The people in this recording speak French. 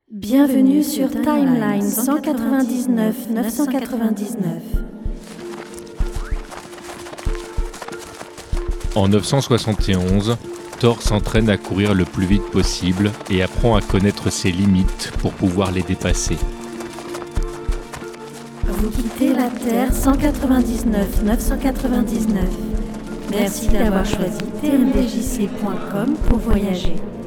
Bienvenue sur Timeline 199 999. En 971, Thor s'entraîne à courir le plus vite possible et apprend à connaître ses limites pour pouvoir les dépasser. Vous quittez la Terre 199 999. Merci d'avoir choisi tmdjc.com pour voyager.